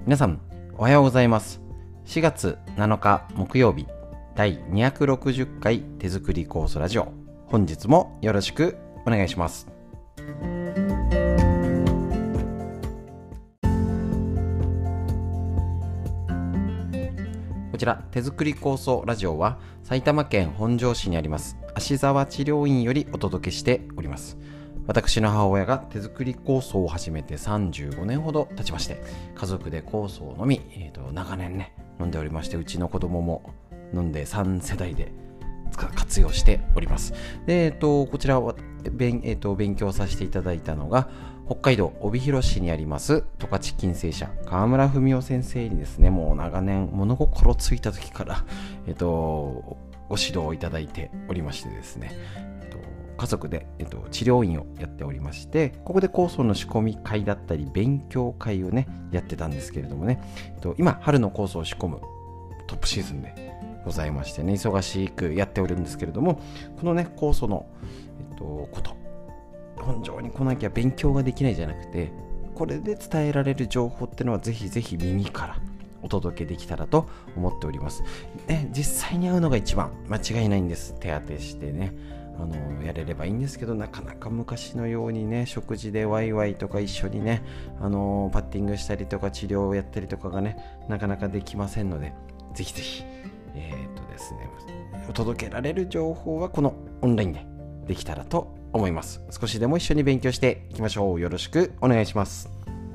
皆さんおはようございます。4月7日木曜日、第260回手作り酵素ラジオ、本日もよろしくお願いします。こちら手作り酵素ラジオは埼玉県本庄市にあります芦沢治療院よりお届けしております。私の母親が手作り酵素を始めて35年ほど経ちまして、家族で酵素を飲み、長年ね飲んでおりまして、うちの子供も飲んで3世代で活用しております。で、こちらは勉強させていただいたのが北海道帯広市にあります十勝金星社川村文夫先生にですね、もう長年物心ついた時から、ご指導をいただいておりましてですね、家族で、治療院をやっておりまして、ここで酵素の仕込み会だったり勉強会をねやってたんですけれどもね、今春の酵素を仕込むトップシーズンでございましてね、忙しくやっておるんですけれども、このね酵素の、こと本庄に来なきゃ勉強ができないじゃなくて、これで伝えられる情報ってのはぜひぜひ耳からお届けできたらと思っております。実際に会うのが一番間違いないんです。手当てしてねやれればいいんですけど、なかなか昔のようにね食事でワイワイとか一緒にねパッティングしたりとか治療をやったりとかがねなかなかできませんので、ぜひぜひですね、お届けられる情報はこのオンラインでできたらと思います。少しでも一緒に勉強していきましょう。よろしくお願いします。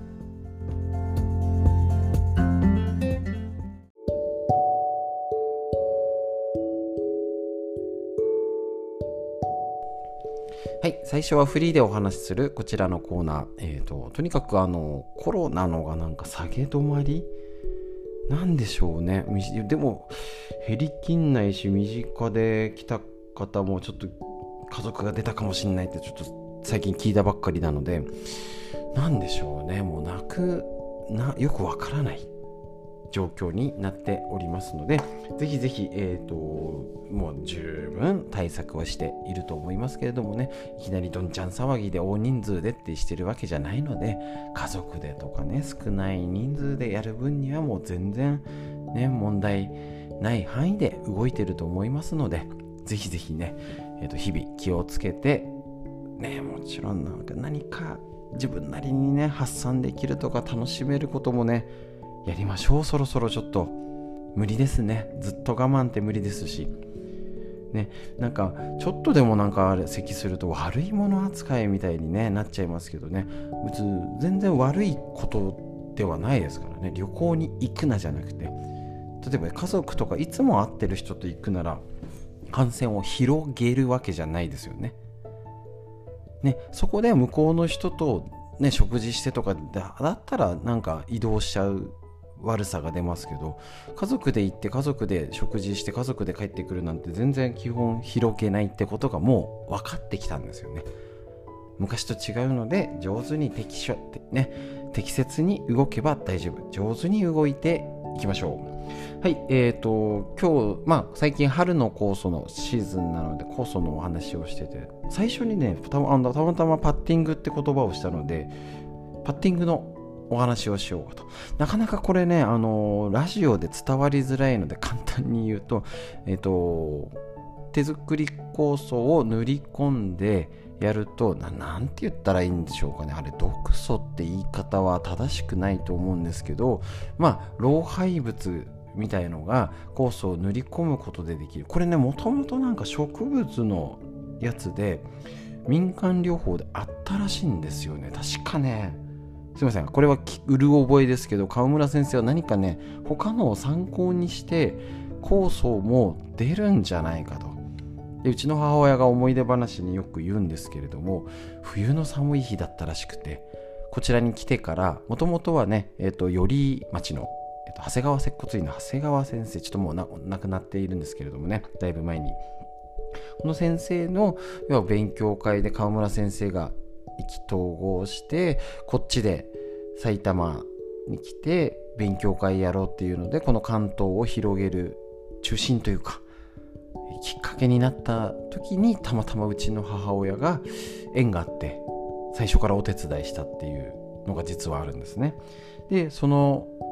はい、最初はフリーでお話しするこちらのコーナー、とにかくコロナのがなんか下げ止まりなんでしょうね。でも減りきんないし、身近で来た方もちょっと家族が出たかもしれないってちょっと最近聞いたばっかりなので、なんでしょうね、もうよくわからない状況になっておりますので、ぜひぜひ、もう十分対策はしていると思いますけれどもね、いきなりどんちゃん騒ぎで大人数でってしてるわけじゃないので、家族でとかね少ない人数でやる分にはもう全然ね問題ない範囲で動いてると思いますので、ぜひぜひね、日々気をつけてね、もちろん何か自分なりにね発散できるとか楽しめることもねやりましょう。そろそろちょっと無理ですね。ずっと我慢って無理ですしね、なんかちょっとでも咳すると悪いもの扱いみたいに、ね、なっちゃいますけどね、別に全然悪いことではないですからね。旅行に行くなじゃなくて、例えば家族とかいつも会ってる人と行くなら感染を広げるわけじゃないですよね。そこで向こうの人と、ね、食事してとかだったら移動しちゃう悪さが出ますけど、家族で行って家族で食事して家族で帰ってくるなんて全然基本広げないってことがもう分かってきたんですよね。昔と違うので、上手に適切に動けば大丈夫。上手に動いていきましょう。はい、今日、最近春の酵素のシーズンなので酵素のお話をしてて、最初にねたまたまパッティングって言葉をしたので、パッティングのお話をしようかと。なかなかこれねラジオで伝わりづらいので簡単に言うと、手作り酵素を塗り込んでやるとなんて言ったらいいんでしょうかね。あれ毒素って言い方は正しくないと思うんですけど、老廃物みたいのが酵素を塗り込むことでできる。これねもともと植物のやつで民間療法であったらしいんですよね。確かね、すいません、これはうる覚えですけど、川村先生は何かね他のを参考にして酵素も出るんじゃないかと。でうちの母親が思い出話によく言うんですけれども、冬の寒い日だったらしくて、こちらに来てからもともとはね、寄居町の、長谷川接骨院の長谷川先生、ちょっともう亡くなっているんですけれどもね、だいぶ前にこの先生の要は勉強会で川村先生が意気投合して、こっちで埼玉に来て勉強会やろうっていうので、この関東を広げる中心というかきっかけになった時に、たまたまうちの母親が縁があって最初からお手伝いしたっていうのが実はあるんですね。でその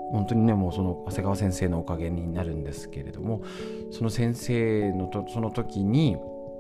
本当にね、もうその長谷川先生のおかげになるんですけれども、その先生のその時に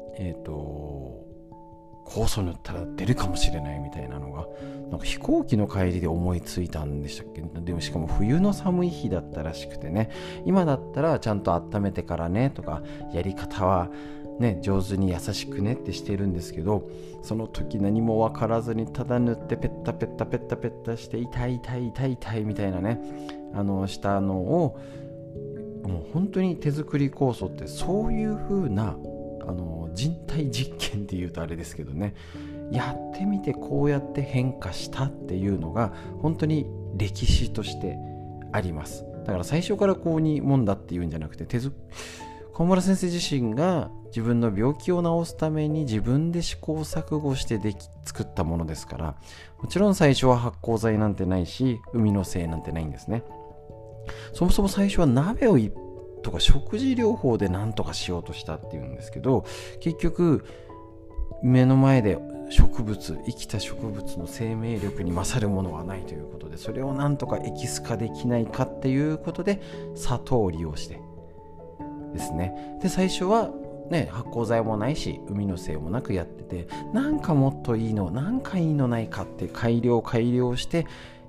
酵素塗ったら出るかもしれないみたいなのが、なんか飛行機の帰りで思いついたんでしたっけ。でもしかも冬の寒い日だったらしくてね、今だったらちゃんと温めてからねとか、やり方はね上手に優しくねってしてるんですけど、その時何も分からずにただ塗ってペッタペッタペッタペッタして痛い痛い痛い痛いみたいなね、したのを、もう本当に手作り酵素ってそういう風な人体実験っていうとあれですけどね、やってみてこうやって変化したっていうのが本当に歴史としてあります。だから最初からこうにもんだっていうんじゃなくて、小村先生自身が自分の病気を治すために自分で試行錯誤して作ったものですから、もちろん最初は発酵剤なんてないし、海のせいなんてないんですね。そもそも最初は鍋をとか食事療法で何とかしようとしたっていうんですけど、結局目の前で生きた植物の生命力に勝るものはないということで、それを何とかエキス化できないかっていうことで砂糖を利用してですね。で最初はね、発酵剤もないし海のせいもなくやってて、なんかもっといいのないかって改良して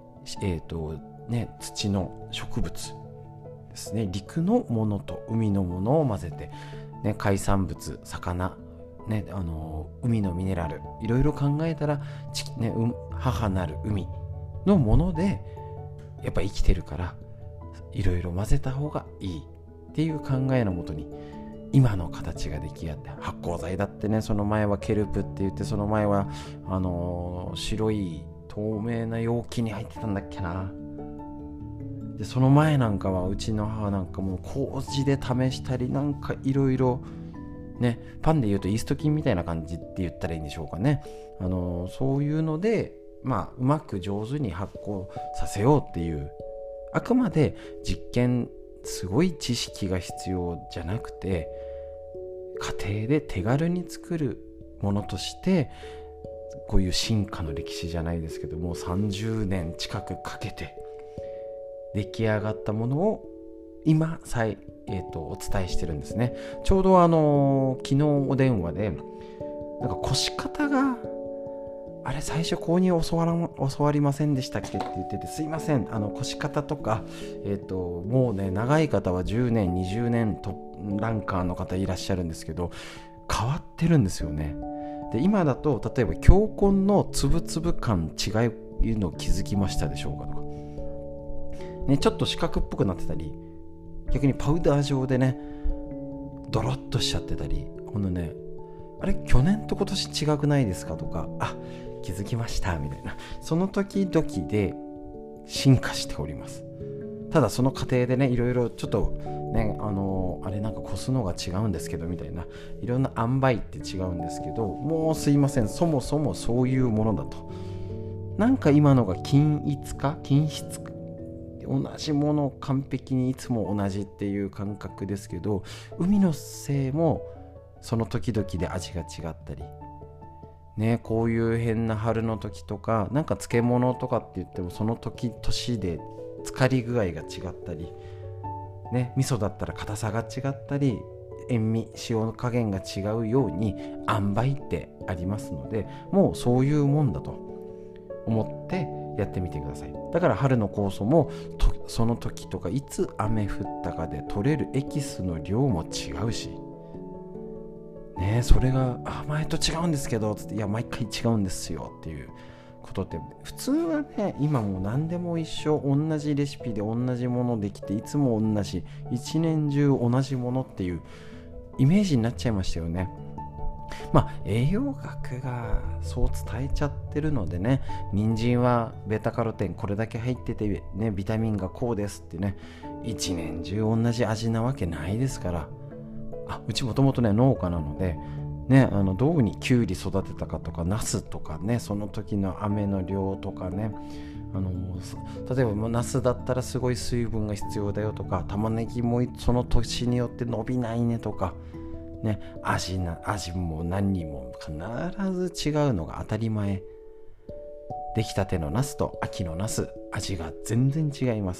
土の植物ですね、陸のものと海のものを混ぜて、ね、海産物、魚、ね、海のミネラルいろいろ考えたら、母なる海のものでやっぱ生きてるからいろいろ混ぜた方がいいっていう考えのもとに今の形が出来上がって、発酵剤だってね、その前はケルプって言って、その前は白い透明な容器に入ってたんだっけな。でその前なんかはうちの母なんかもう麹で試したり、なんかいろいろね、パンで言うとイースト菌みたいな感じって言ったらいいんでしょうかね。そういうのでうまく上手に発酵させようっていう、あくまで実験、すごい知識が必要じゃなくて、家庭で手軽に作るものとして、こういう進化の歴史じゃないですけども、30年近くかけて出来上がったものを今お伝えしてるんですね。ちょうど昨日お電話で、なんか腰方があれ最初購入教わりませんでしたっけって言ってて、すいません、腰方とかもうね、長い方は10年20年とランカーの方いらっしゃるんですけど、変わってるんですよね。で今だと例えば強根のつぶつぶ感違いの気づきましたでしょうかとかね、ちょっと四角っぽくなってたり、逆にパウダー状でねドロッとしちゃってたり、あれ去年と今年違くないですかとか、気づきましたみたいな、その時々で進化しております。ただその過程でね、いろいろちょっとね、あれなんかこすのが違うんですけどみたいな、いろんな塩梅って違うんですけど、もうすいません、そもそもそういうものだと。なんか今のが均質か同じものを完璧にいつも同じっていう感覚ですけど、海のせいもその時々で味が違ったりね、こういう変な春の時とか、なんか漬物とかって言ってもその時年で浸かり具合が違ったりね、味噌だったら硬さが違ったり、塩味塩加減が違うように塩梅ってありますので、もうそういうもんだと思ってやってみてください。だから春の酵素もその時とかいつ雨降ったかで取れるエキスの量も違うしね、それが前と違うんですけどつって、いや毎回違うんですよっていうことって普通はね、今もう何でも一緒、同じレシピで同じものできて、いつも同じ、一年中同じものっていうイメージになっちゃいましたよね。栄養学がそう伝えちゃってるのでね、人参はベータカロテンこれだけ入っててね、ビタミンがこうですってね、一年中同じ味なわけないですから。うちもともとね農家なのでね、どうにキュウリ育てたかとか、ナスとかね、その時の雨の量とかね、例えばナスだったらすごい水分が必要だよとか、玉ねぎもその年によって伸びないねとかね、味も何にも必ず違うのが当たり前。出来たてのナスと秋のナス、味が全然違います。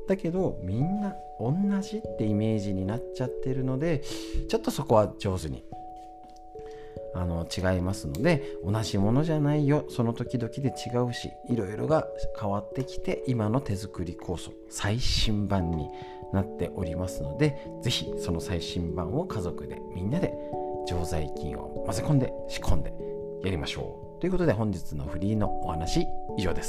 だけどみんな同じってイメージになっちゃってるので、ちょっとそこは上手に違いますので、同じものじゃないよ、その時々で違うし、いろいろが変わってきて、今の手作り酵素最新版になっておりますので、ぜひその最新版を家族でみんなで常在菌を混ぜ込んで仕込んでやりましょうということで、本日のフリーのお話以上です。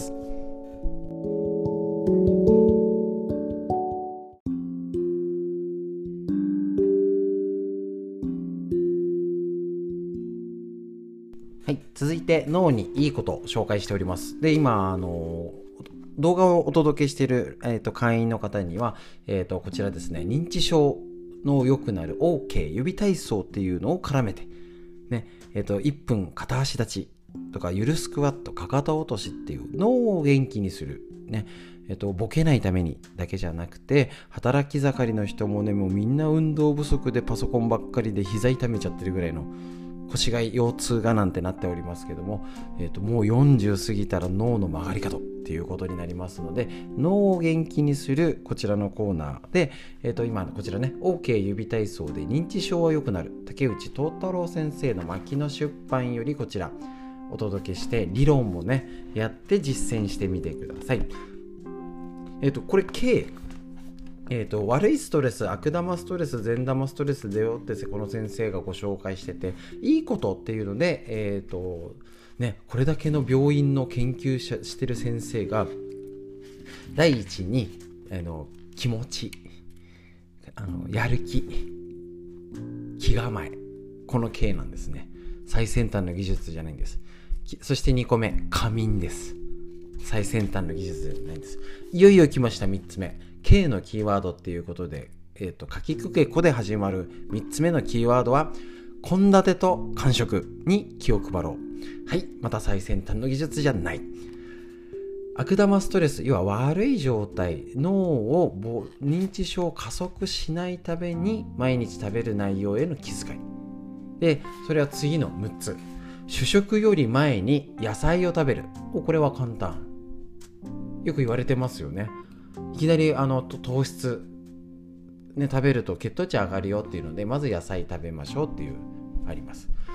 はい、続いて脳にいいことを紹介しております。で、今動画をお届けしている、会員の方には、こちらですね、認知症の良くなる OK 指体操っていうのを絡めて、ね、1分片足立ちとかゆるスクワット、かかと落としっていう脳を元気にする、ね、ボケないためにだけじゃなくて、働き盛りの人もね、もうみんな運動不足でパソコンばっかりで膝痛めちゃってるぐらいの腰が腰痛がなんてなっておりますけども、もう40過ぎたら脳の曲がり角っていうことになりますので、脳を元気にするこちらのコーナーで、今こちらね、 OK 指体操で認知症は良くなる、竹内東太郎先生の牧野出版よりこちらお届けして、理論もねやって実践してみてください。これ計悪いストレス、悪玉ストレス、善玉ストレスだよってこの先生がご紹介してて、いいことっていうので、これだけの病院の研究してる先生が第一に気持ち、やる気、気構え、この計なんですね。最先端の技術じゃないんです。そして2個目、仮眠です。最先端の技術じゃないんです。いよいよ来ました。3つ目、K のキーワードっていうことで、かきくけこで始まる3つ目のキーワードは、献立と間食に気を配ろう。はい、また最先端の技術じゃない。悪玉ストレス、要は悪い状態、脳を認知症を加速しないために毎日食べる内容への気遣いで、それは次の6つ、主食より前に野菜を食べる。これは簡単、よく言われてますよね。いきなり糖質、ね、食べると血糖値上がるよっていうので、まず野菜食べましょうっていうあります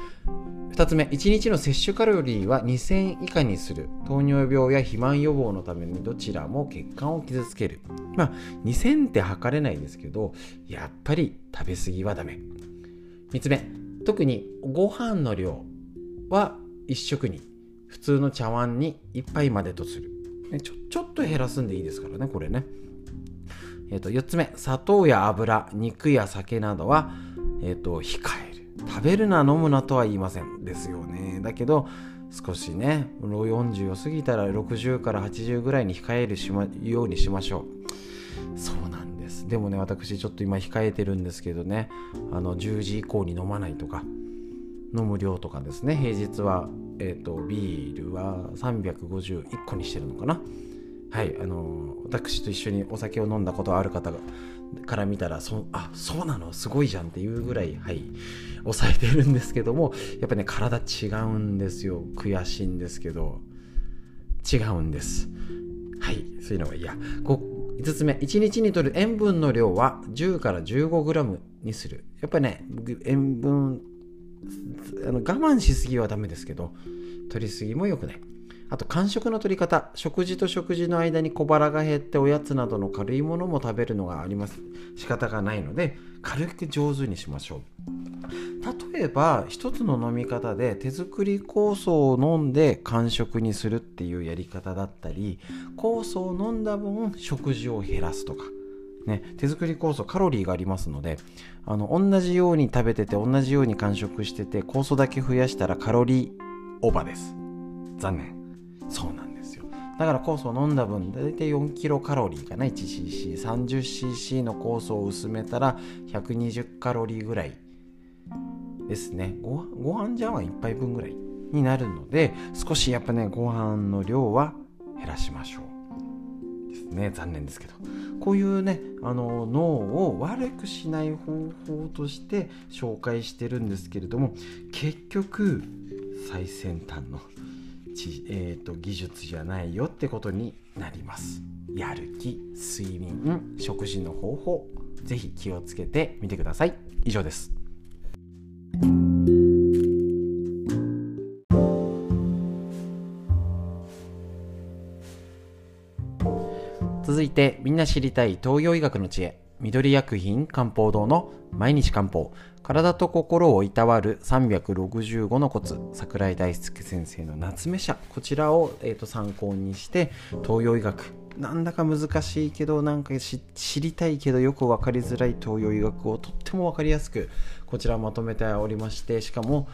。2つ目、1日の摂取カロリーは2000以下にする。糖尿病や肥満予防のためにどちらも血管を傷つける。2000って測れないですけど、やっぱり食べ過ぎはダメ。3つ目、特にご飯の量は1食に普通の茶碗に1杯までとする。ちょっと減らすんでいいですからね、これね。4つ目、砂糖や油、肉や酒などは、控える。食べるな飲むなとは言いませんですよね。だけど少しね、40を過ぎたら60から80ぐらいに控えるようにしましょう。そうなんです。でもね、私ちょっと今控えてるんですけどね、10時以降に飲まないとか、飲む量とかですね、平日は、ビールは351個にしてるのかな。はい、私と一緒にお酒を飲んだことある方から見たら、そうなのすごいじゃんっていうぐらい、はい、抑えてるんですけども、やっぱね、体違うんですよ。悔しいんですけど違うんです。はい、そういうのが嫌。5つ目、1日に摂る塩分の量は10から 15g にする。やっぱりね、塩分我慢しすぎはダメですけど、取りすぎも良くない。あと間食の取り方、食事と食事の間に小腹が減っておやつなどの軽いものも食べるのがあります。仕方がないので軽く上手にしましょう。例えば一つの飲み方で手作り酵素を飲んで間食にするっていうやり方だったり、酵素を飲んだ分食事を減らすとかね、手作り酵素カロリーがありますので、同じように食べてて同じように間食してて酵素だけ増やしたらカロリーオーバーです。残念。そうなんですよ。だから酵素を飲んだ分だいたい4キロカロリーかな。 1cc30cc の酵素を薄めたら120カロリーぐらいですね。ご飯茶碗1杯分ぐらいになるので、少しやっぱね、ご飯の量は減らしましょうですね。残念ですけど、こういうね、脳を悪くしない方法として紹介してるんですけれども、結局最先端の技術じゃないよってことになります。 やる気、睡眠、食事の方法、ぜひ気をつけてみてください。以上です。続いて、みんな知りたい東洋医学の知恵、緑薬品漢方堂の毎日漢方、体と心をいたわる365のコツ、桜井大輔先生の夏目社、こちらを、参考にして東洋医学、なんだか難しいけどなんか知りたいけどよく分かりづらい東洋医学をとっても分かりやすくこちらをまとめておりまして、しかも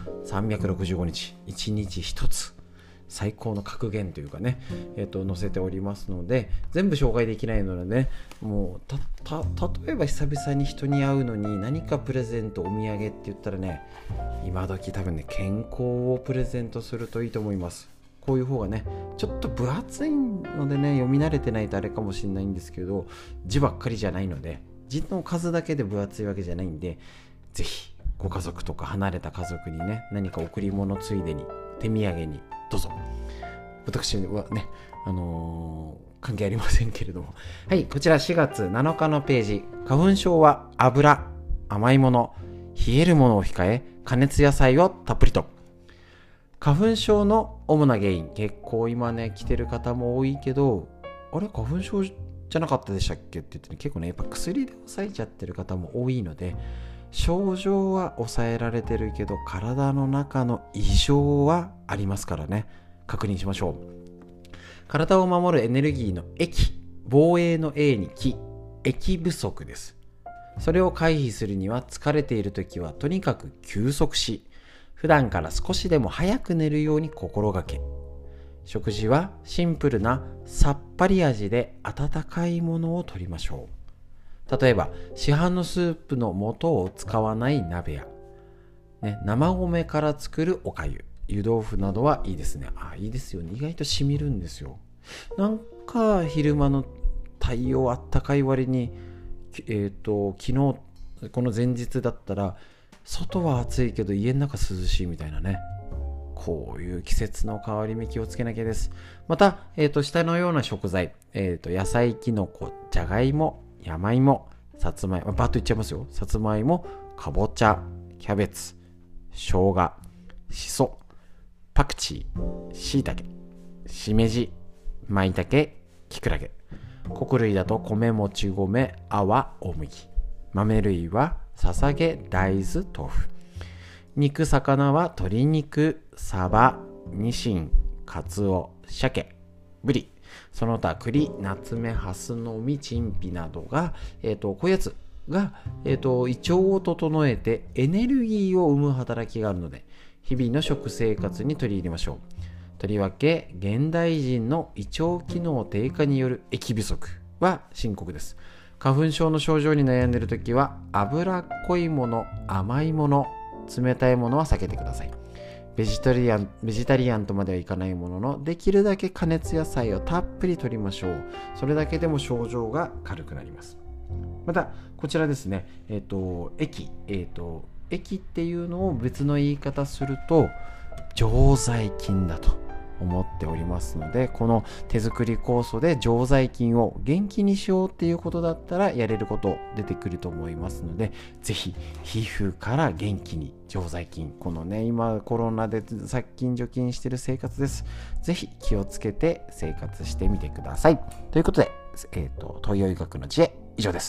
365日1日1つ最高の格言というかね、載せておりますので、全部紹介できないのでね、もう例えば久々に人に会うのに何かプレゼント、お土産って言ったらね、今時多分ね、健康をプレゼントするといいと思います。こういう方がね、ちょっと分厚いのでね、読み慣れてないとあれかもしれないんですけど、字ばっかりじゃないので、字の数だけで分厚いわけじゃないんで、ぜひご家族とか離れた家族にね、何か贈り物ついでに手土産にどうぞ。私はね、関係ありませんけれども、はい、こちら4月7日のページ、花粉症は油、甘いもの、冷えるものを控え、加熱野菜をたっぷりと。花粉症の主な原因、結構今ね来てる方も多いけど、あれ花粉症じゃなかったでしたっけって言って、ね、結構ねやっぱ薬で抑えちゃってる方も多いので、症状は抑えられてるけど体の中の異常はありますからね、確認しましょう。体を守るエネルギーの液、防衛の A に気、液不足です。それを回避するには、疲れているときはとにかく休息し、普段から少しでも早く寝るように心がけ、食事はシンプルなさっぱり味で温かいものを取りましょう。例えば市販のスープの素を使わない鍋や、生米から作るおかゆ、湯豆腐などはいいですね。いいですよね。意外としみるんですよ。なんか昼間の太陽あったかい割に、昨日この前日だったら外は暑いけど家の中涼しいみたいなね、こういう季節の変わり目気をつけなきゃです。また、下のような食材、野菜、きのこ、じゃがいも、山芋、さつまいも、バッといっちゃいますよ。さつまいも、かぼちゃ、キャベツ、生姜、しそ、パクチー、しいたけ、しめじ、まいたけ、きくらげ。穀類だと米、もち米、あわ、大麦。豆類はささげ、大豆、豆腐。肉、魚は鶏肉、サバ、ニシン、カツオ、鮭、ブリ。その他栗、ナツメ、ハスの実、チンピなどが、こういうやつが、胃腸を整えてエネルギーを生む働きがあるので、日々の食生活に取り入れましょう。とりわけ現代人の胃腸機能低下による液不足は深刻です。花粉症の症状に悩んでいるときは、脂っこいもの、甘いもの、冷たいものは避けてください。ベジタリアンとまではいかないものの、できるだけ加熱野菜をたっぷり摂りましょう。それだけでも症状が軽くなります。またこちらですね、液っていうのを別の言い方すると常在菌だと思っておりますので、この手作り酵素で常在菌を元気にしようっていうことだったらやれること出てくると思いますので、ぜひ皮膚から元気に常在菌、このね今コロナで殺菌除菌してる生活です。ぜひ気をつけて生活してみてください。ということで、東洋医学の知恵以上です。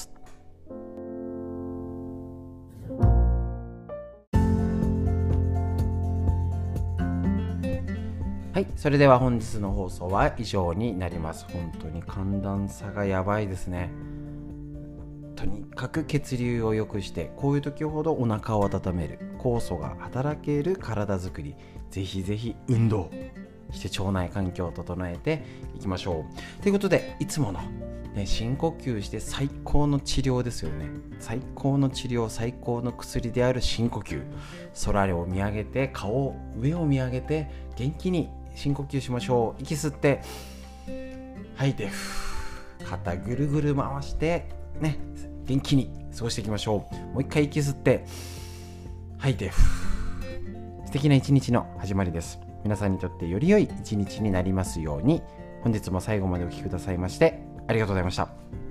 はい、それでは本日の放送は以上になります。本当に寒暖差がやばいですね。とにかく血流を良くして、こういう時ほどお腹を温める、酵素が働ける体づくり、ぜひぜひ運動して腸内環境を整えていきましょう。ということで、いつもの、深呼吸して最高の治療ですよね。最高の治療、最高の薬である深呼吸。空を見上げて、顔を上を見上げて元気に深呼吸しましょう。息吸って吐いて、肩ぐるぐる回してね、元気に過ごしていきましょう。もう一回息吸って吐いて、素敵な一日の始まりです。皆さんにとってより良い一日になりますように。本日も最後までお聞きくださいましてありがとうございました。